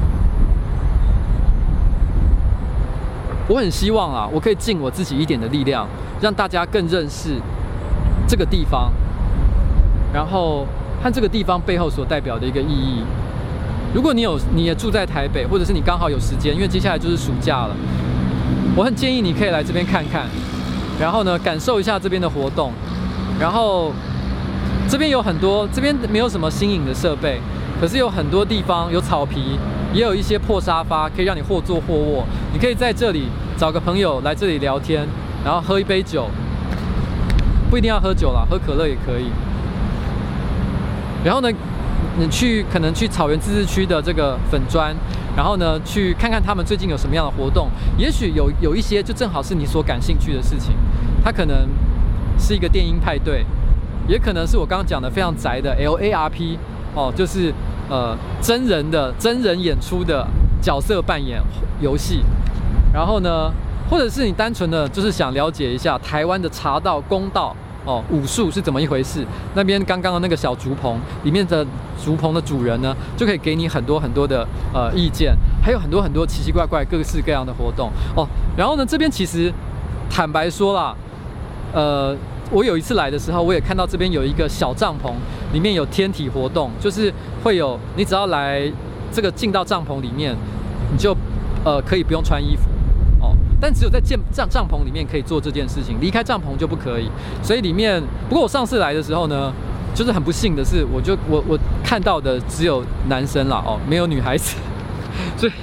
我很希望啊，我可以尽我自己一点的力量，让大家更认识这个地方，然后和这个地方背后所代表的一个意义。如果你也住在台北，或者是你刚好有时间，因为接下来就是暑假了，我很建议你可以来这边看看，然后呢感受一下这边的活动。然后这边有很多，这边没有什么新颖的设备，可是有很多地方有草皮，也有一些破沙发，可以让你或坐或卧。你可以在这里找个朋友来这里聊天，然后喝一杯酒，不一定要喝酒啦，喝可乐也可以。然后呢，你可能去草原自治区的这个粉专，然后呢去看看他们最近有什么样的活动，也许有一些就正好是你所感兴趣的事情。它可能是一个电音派对，也可能是我刚刚讲的非常宅的 LARP 就是真人演出的角色扮演游戏。然后呢，或者是你单纯的就是想了解一下台湾的茶道、公道哦，武术是怎么一回事？那边刚刚的那个小竹棚里面的竹棚的主人呢，就可以给你很多很多的意见，还有很多很多奇奇怪怪、各式各样的活动哦。然后呢，这边其实坦白说啦，我有一次来的时候，我也看到这边有一个小帐篷，里面有天体活动，就是会有你只要来这个进到帐篷里面，你就可以不用穿衣服。但只有在帐篷里面可以做这件事情，离开帐篷就不可以。所以里面，不过我上次来的时候呢，就是很不幸的是，我看到的只有男生啦，没有女孩子。所以，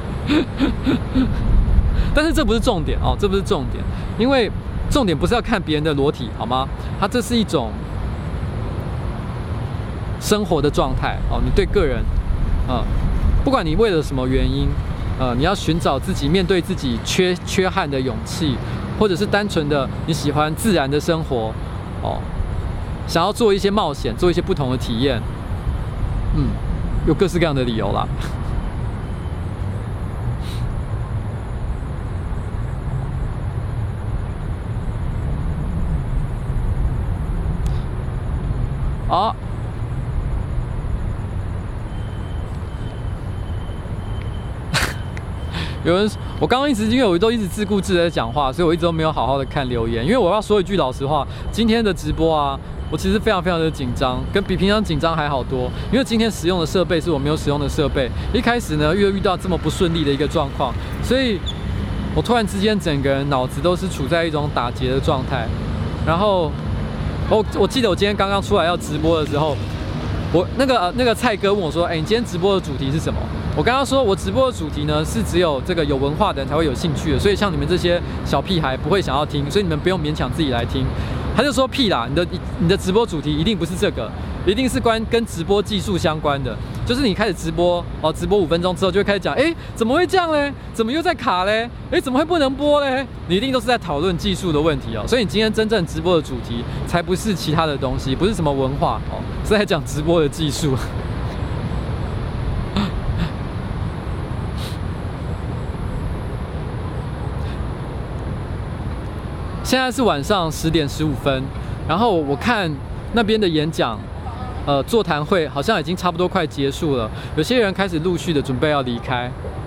但是这不是重点哦，这不是重点，因为重点不是要看别人的裸体，好吗？它这是一种生活的状态哦，你对个人，不管你为了什么原因。你要寻找自己面对自己缺憾的勇气，或者是单纯的你喜欢自然的生活，想要做一些冒险，做一些不同的体验，有各式各样的理由啦。好。有人，我刚刚因为我都一直自顾自的在讲话，所以我一直都没有好好的看留言。因为我要说一句老实话，今天的直播啊，我其实非常非常的紧张，跟比平常紧张还好多。因为今天使用的设备是我没有使用的设备，一开始呢又遇到这么不顺利的一个状况，所以我突然之间整个人脑子都是处在一种打结的状态。然后我记得我今天刚刚出来要直播的时候，我那个蔡哥问我说：“你今天直播的主题是什么？”我刚刚说，我直播的主题呢是只有这个有文化的人才会有兴趣的，所以像你们这些小屁孩不会想要听，所以你们不用勉强自己来听。他就说屁啦，你的直播主题一定不是这个，一定是跟直播技术相关的。就是你开始直播直播5分钟之后就会开始讲，怎么会这样嘞？怎么又在卡嘞？怎么会不能播嘞？你一定都是在讨论技术的问题哦。所以你今天真正直播的主题才不是其他的东西，不是什么文化是在讲直播的技术。现在是晚上10点15分，然后我看那边的演讲，座谈会好像已经差不多快结束了，有些人开始陆续的准备要离开。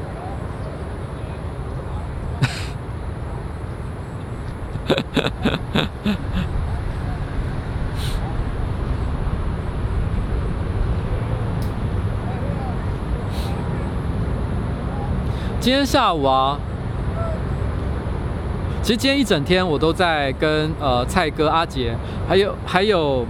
今天下午啊。其实今天一整天我都在跟蔡哥、阿杰，还有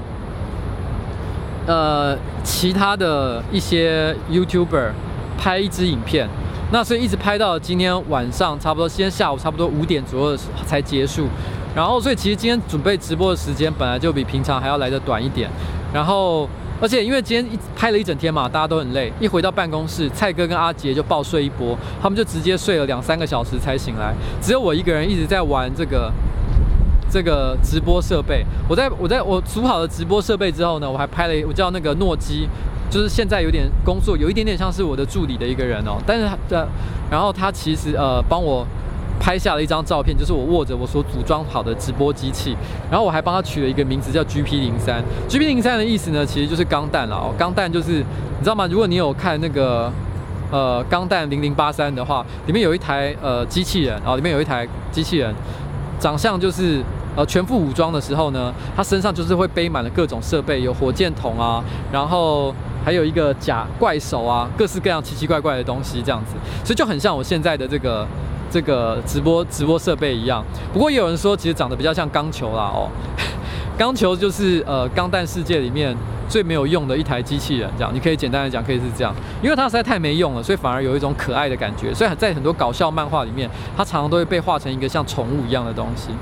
其他的一些 YouTuber 拍一支影片，那所以一直拍到今天晚上差不多，今天下午差不多5点左右才结束。然后所以其实今天准备直播的时间本来就比平常还要来得短一点，然后。而且因为今天拍了一整天嘛，大家都很累，一回到办公室，蔡哥跟阿杰就暴睡一波，他们就直接睡了2-3个小时才醒来，只有我一个人一直在玩这个直播设备。我组好了直播设备之后呢，我还拍了，我叫那个诺基，就是现在有点工作，有一点点像是我的助理的一个人哦，但是然后他其实帮我。拍下了一张照片，就是我握着我所组装好的直播机器，然后我还帮他取了一个名字叫 GP03。GP03 的意思呢，其实就是钢弹啦。钢弹就是你知道吗？如果你有看那个钢弹0083的话，里面有一台机器人里面有一台机器人，长相就是全副武装的时候呢，他身上就是会背满了各种设备，有火箭筒啊，然后还有一个假怪手啊，各式各样奇奇怪怪的东西这样子，所以就很像我现在的这个直播设备一样。不过也有人说，其实长得比较像钢球啦钢球就是钢弹世界里面最没有用的一台机器人，这样你可以简单的讲，可以是这样，因为它实在太没用了，所以反而有一种可爱的感觉。所以在很多搞笑漫画里面，它常常都会被画成一个像宠物一样的东西。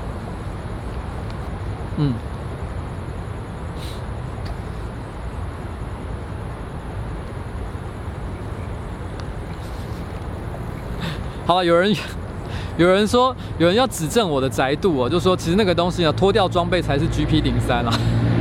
好了，有人说，有人要指正我的宅度就说其实那个东西呢，脱掉装备才是 GP03啦。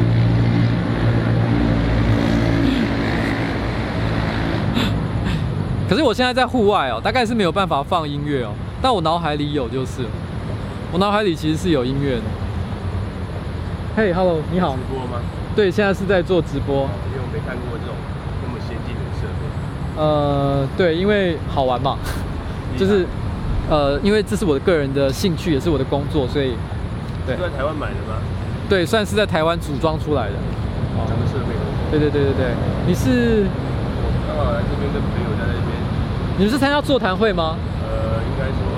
可是我现在在户外大概是没有办法放音乐但我脑海里有，就是我脑海里其实是有音乐的。 嘿 ，Hello， 你好。 直播吗？ 对，现在是在做直播。 因为我没看过这种那么先进的设备。 对，因为好玩嘛，就是因为这是我的个人的兴趣，也是我的工作，所以对。 是在台湾买的吗？ 对，算是在台湾组装出来的。 整个设备。 对，你是？ 我刚好来这边跟朋友在那边。 你们是参加座谈会吗？ 应该说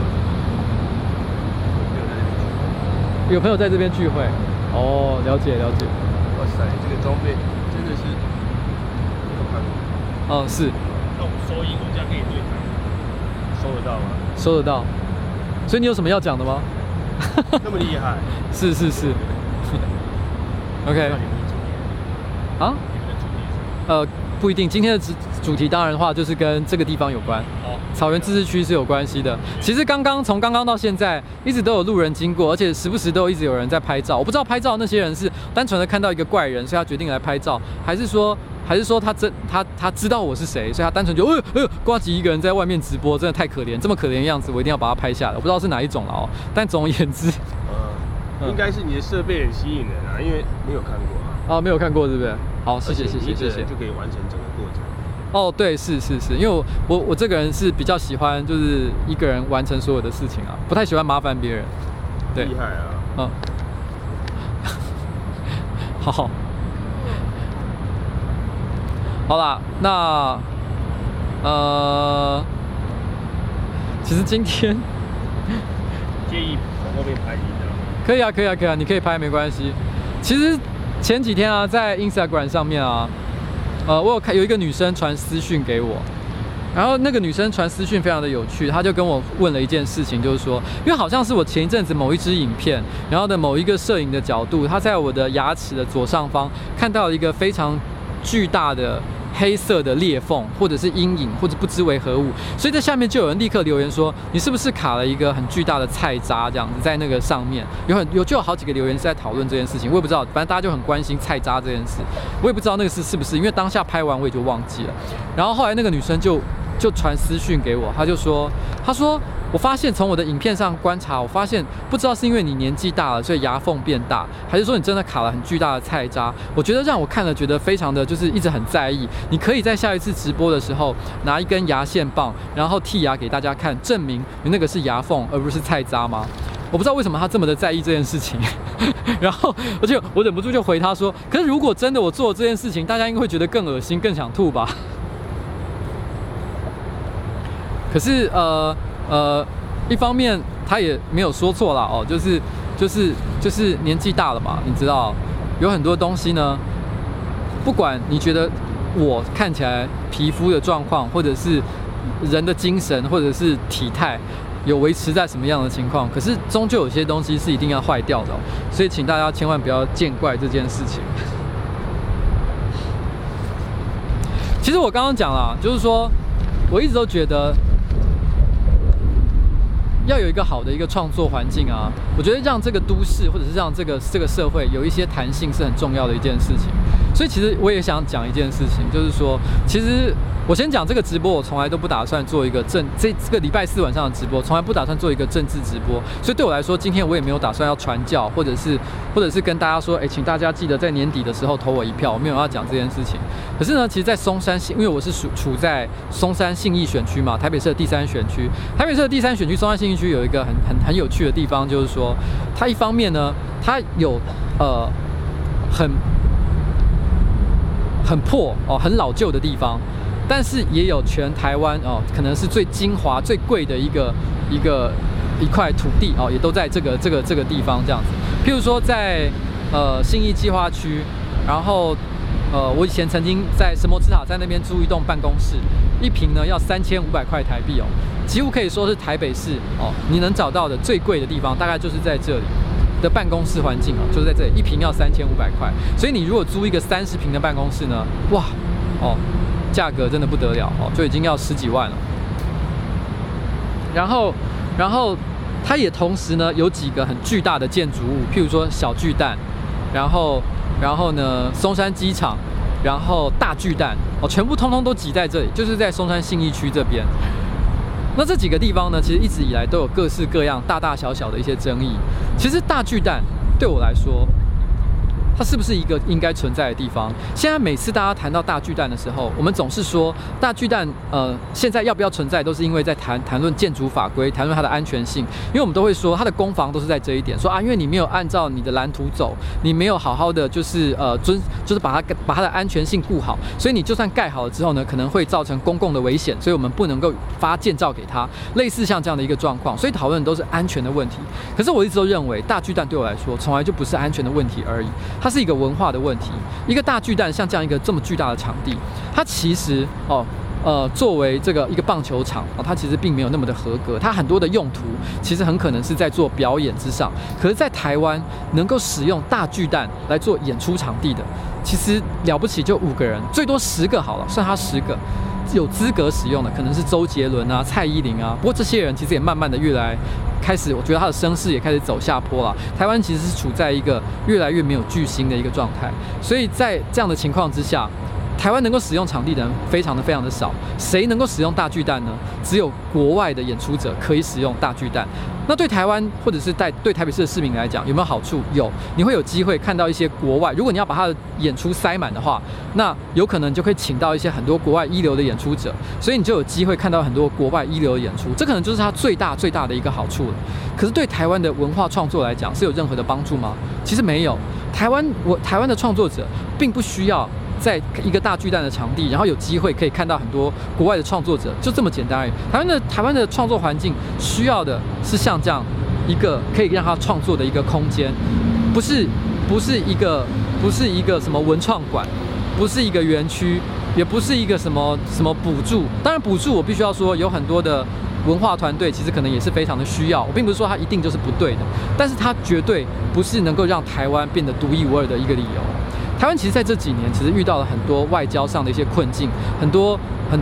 有朋友在这边聚会。哦，了解。 哇塞，这个装备真的是没有看过。 是。 那我们收音，我们家可以对谈，收得到吗？ 收得到。所以你有什么要讲的吗？ 那么厉害。 是。OK。啊？不一定。今天的主题当然的话，就是跟这个地方有关。草原自治区是有关系的。其实从刚刚到现在，一直都有路人经过，而且时不时都一直有人在拍照。我不知道拍照的那些人是单纯的看到一个怪人，所以他决定来拍照，还是说他知道我是谁，所以他单纯就呱吉一个人在外面直播，真的太可怜，这么可怜的样子，我一定要把它拍下来。我不知道是哪一种了哦，但总而言之， 应该是你的设备很吸引人啊，因为没有看过啊。 没有看过，对不对？好，谢谢。 就可以完成整个过程。 对，是，因为我这个人是比较喜欢就是一个人完成所有的事情啊，不太喜欢麻烦别人。对， 厉害啊！ 好啦，那其实今天介意往后面拍一下？ 可以啊，你可以拍没关系。其实前几天啊，在 Instagram 上面啊。我有一个女生传私讯给我，然后那个女生传私讯非常的有趣，她就跟我问了一件事情，就是说，因为好像是我前一阵子某一支影片，然后的某一个摄影的角度，她在我的牙齿的左上方看到了一个非常巨大的黑色的裂缝，或者是阴影，或者不知为何物，所以在下面就有人立刻留言说，你是不是卡了一个很巨大的菜渣这样子在那个上面，就有好几个留言是在讨论这件事情，我也不知道，反正大家就很关心菜渣这件事，我也不知道那个是不是，因为当下拍完我也就忘记了，然后后来那个女生就传私讯给我，她说我发现从我的影片上观察，我发现不知道是因为你年纪大了，所以牙缝变大，还是说你真的卡了很巨大的菜渣？我觉得让我看了觉得非常的就是一直很在意。你可以在下一次直播的时候拿一根牙线棒，然后剔牙给大家看，证明你那个是牙缝而不是菜渣吗？我不知道为什么他这么的在意这件事情，然后而且我忍不住就回他说，可是如果真的我做了这件事情，大家应该会觉得更恶心、更想吐吧？可是一方面他也没有说错啦，就是年纪大了嘛，你知道，有很多东西呢，不管你觉得我看起来皮肤的状况，或者是人的精神，或者是体态有维持在什么样的情况，可是终究有些东西是一定要坏掉的哦，所以请大家千万不要见怪这件事情。其实我刚刚讲啦，就是说我一直都觉得要有一个好的一个创作环境啊，我觉得让这个都市或者是让这个社会有一些弹性是很重要的一件事情。所以其实我也想讲一件事情，就是说，其实我先讲这个直播，我从来都不打算做一个这个礼拜4晚上的直播，从来不打算做一个政治直播。所以对我来说，今天我也没有打算要传教，或者是跟大家说，请大家记得在年底的时候投我一票，我没有要讲这件事情。可是呢，其实，在松山，因为我是处在松山信义选区嘛，台北市的第3选区。台北市的第3选区松山信义区有一个很有趣的地方，就是说，它一方面呢，它有很破哦，很老旧的地方，但是也有全台湾哦，可能是最精华、最贵的一块土地哦，也都在这个地方这样子。譬如说在信义计划区，然后我以前曾经在神魔之塔在那边租一栋办公室，一坪呢要3500块台币哦，几乎可以说是台北市哦你能找到的最贵的地方，大概就是在这里的办公室环境哦，就是在这里，一坪要3500块。所以你如果租一个30坪的办公室呢，哇哦，价格真的不得了哦，就已经要10几万了。然后它也同时呢有几个很巨大的建筑物，譬如说小巨蛋，然后呢松山机场，然后大巨蛋哦，全部通通都挤在这里，就是在松山信义区这边。那这几个地方呢，其实一直以来都有各式各样、大大小小的一些争议。其实大巨蛋对我来说， 它是不是一个应该存在的地方？现在每次大家谈到大巨蛋的时候，我们总是说大巨蛋现在要不要存在，都是因为在谈论建筑法规，谈论它的安全性。因为我们都会说它的攻防都是在这一点，说啊，因为你没有按照你的蓝图走，你没有好好的就是把它的安全性顾好，所以你就算盖好了之后呢，可能会造成公共的危险，所以我们不能够发建造给它，类似像这样的一个状况。所以讨论的都是安全的问题。可是我一直都认为大巨蛋对我来说从来就不是安全的问题而已，它是一个文化的问题。一个大巨蛋像这样一个这么巨大的场地，它其实作为这个一个棒球场它其实并没有那么的合格，它很多的用途其实很可能是在做表演之上。可是，在台湾能够使用大巨蛋来做演出场地的，其实了不起就5个人，最多10个好了，算他10个。有资格使用的可能是周杰伦啊、蔡依林啊，不过这些人其实也慢慢的越来开始，我觉得他的声势也开始走下坡了。台湾其实是处在一个越来越没有巨星的一个状态，所以在这样的情况之下，台湾能够使用场地的人非常的少。谁能够使用大巨蛋呢？只有国外的演出者可以使用大巨蛋。那对台湾或者是对台北市的市民来讲，有没有好处？有，你会有机会看到一些国外。如果你要把他的演出塞满的话，那有可能就可以请到一些很多国外一流的演出者，所以你就有机会看到很多国外一流的演出。这可能就是它最大的一个好处了。可是对台湾的文化创作来讲，是有任何的帮助吗？其实没有。台湾的创作者并不需要在一个大巨蛋的场地，然后有机会可以看到很多国外的创作者，就这么简单而已。台湾的创作环境需要的是像这样一个可以让他创作的一个空间，不是一个什么文创馆，不是一个园区，也不是一个什么补助。当然补助我必须要说，有很多的文化团队其实可能也是非常的需要，我并不是说它一定就是不对的，但是它绝对不是能够让台湾变得独一无二的一个理由。台湾其实在这几年其实遇到了很多外交上的一些困境，很多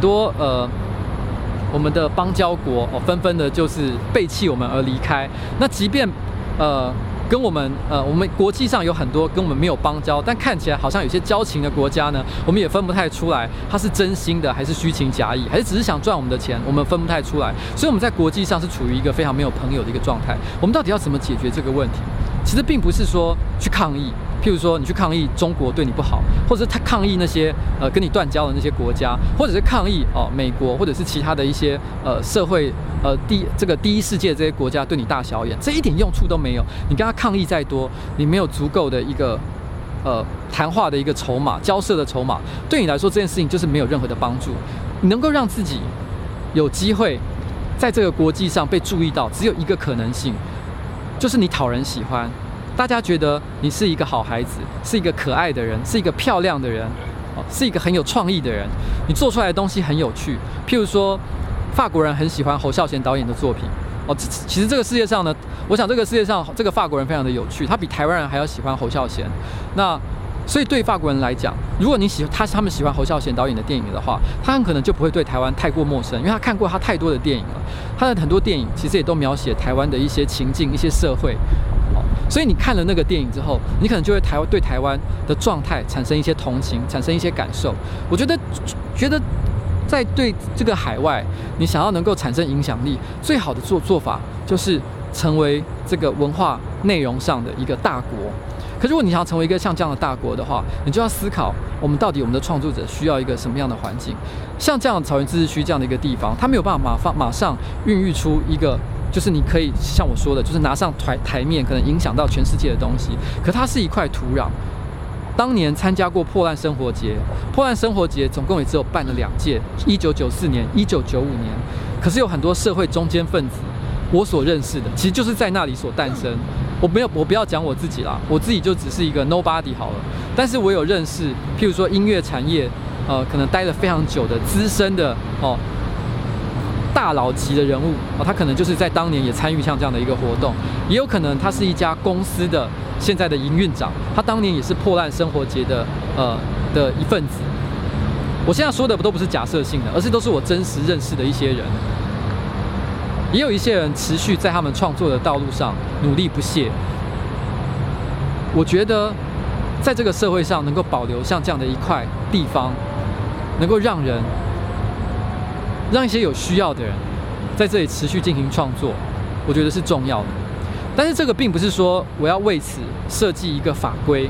我们的邦交国纷纷的就是背弃我们而离开。那即便跟我们国际上有很多跟我们没有邦交，但看起来好像有些交情的国家呢，我们也分不太出来，他是真心的还是虚情假意，还是只是想赚我们的钱，我们分不太出来。所以我们在国际上是处于一个非常没有朋友的一个状态。我们到底要怎么解决这个问题？其实并不是说去抗议，譬如说你去抗议中国对你不好，或者是他抗议那些跟你断交的那些国家，或者是抗议美国或者是其他的一些社会第一世界这些国家对你大小眼，这一点用处都没有。你跟他抗议再多，你没有足够的一个谈话的一个筹码，交涉的筹码，对你来说这件事情就是没有任何的帮助。你能够让自己有机会在这个国际上被注意到，只有一个可能性，就是你讨人喜欢。大家觉得你是一个好孩子，是一个可爱的人，是一个漂亮的人，是一个很有创意的人，你做出来的东西很有趣。譬如说，法国人很喜欢侯孝贤导演的作品。其实这个世界上呢，我想这个世界上这个法国人非常的有趣，他比台湾人还要喜欢侯孝贤。那所以对法国人来讲，如果你他们喜欢侯孝贤导演的电影的话，他很可能就不会对台湾太过陌生，因为他看过他太多的电影了。他的很多电影其实也都描写台湾的一些情境、一些社会。所以你看了那个电影之后，你可能就会对台湾的状态产生一些同情，产生一些感受。我觉得在对这个海外，你想要能够产生影响力，最好的做法就是成为这个文化内容上的一个大国。可如果你想要成为一个像这样的大国的话，你就要思考我们的创作者需要一个什么样的环境。像这样的草原自治区这样的一个地方，它没有办法马上孕育出一个就是你可以像我说的，就是拿上台面可能影响到全世界的东西。可它是一块土壤。当年参加过破烂生活节，破烂生活节总共也只有办了2届，1994年、1995年。可是有很多社会中间分子，我所认识的，其实就是在那里所诞生。我不要讲我自己啦，我自己就只是一个 nobody 好了。但是我有认识，譬如说音乐产业，可能待了非常久的资深的大佬级的人物他可能就是在当年也参与像这样的一个活动，也有可能他是一家公司的现在的营运长，他当年也是破烂生活节的一份子。我现在说的都不是假设性的，而是都是我真实认识的一些人。也有一些人持续在他们创作的道路上努力不懈。我觉得在这个社会上能够保留像这样的一块地方，能够让一些有需要的人在这里持续进行创作，我觉得是重要的。但是这个并不是说我要为此设计一个法规，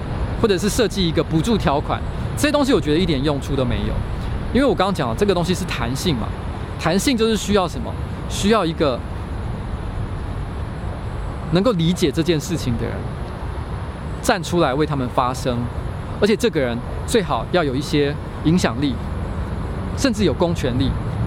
或者是设计一个补助条款，这些东西我觉得一点用处都没有。因为我刚刚讲了，这个东西是弹性嘛，弹性就是需要什么？需要一个能够理解这件事情的人站出来为他们发声，而且这个人最好要有一些影响力，甚至有公权力。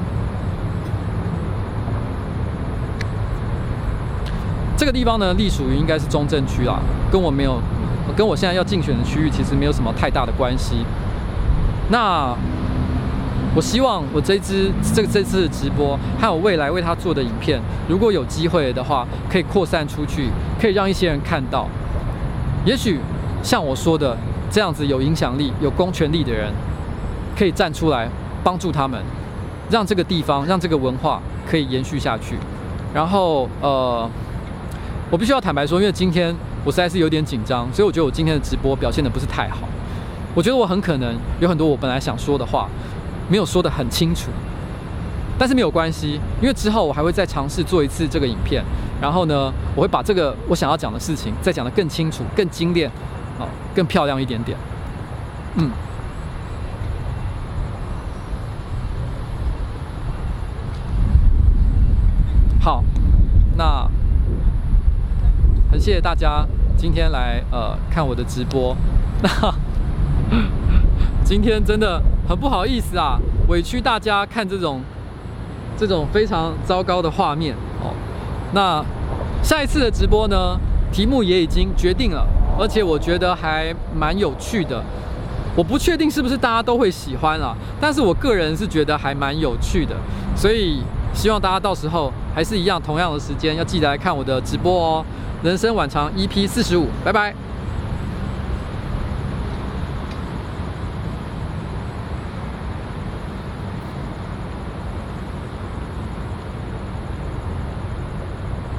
这个地方呢，隶属于应该是中正区啦，跟我现在要竞选的区域其实没有什么太大的关系。那我希望我这次的直播，还有未来为他做的影片，如果有机会的话，可以扩散出去，可以让一些人看到。也许像我说的这样子有影响力、有公权力的人，可以站出来帮助他们，让这个地方、让这个文化可以延续下去。然后我必须要坦白说，因为今天我实在是有点紧张，所以我觉得我今天的直播表现得不是太好。我觉得我很可能有很多我本来想说的话没有说得很清楚，但是没有关系，因为之后我还会再尝试做一次这个影片，然后呢，我会把这个我想要讲的事情再讲得更清楚、更精炼，更漂亮一点点。好，那很谢谢大家今天来看我的直播。那今天真的很不好意思啊，委屈大家看这种非常糟糕的画面哦。那下一次的直播呢，题目也已经决定了，而且我觉得还蛮有趣的。我不确定是不是大家都会喜欢啊，但是我个人是觉得还蛮有趣的，所以希望大家到时候还是一样同样的时间要记得来看我的直播哦。人生晚长 EP45，拜拜。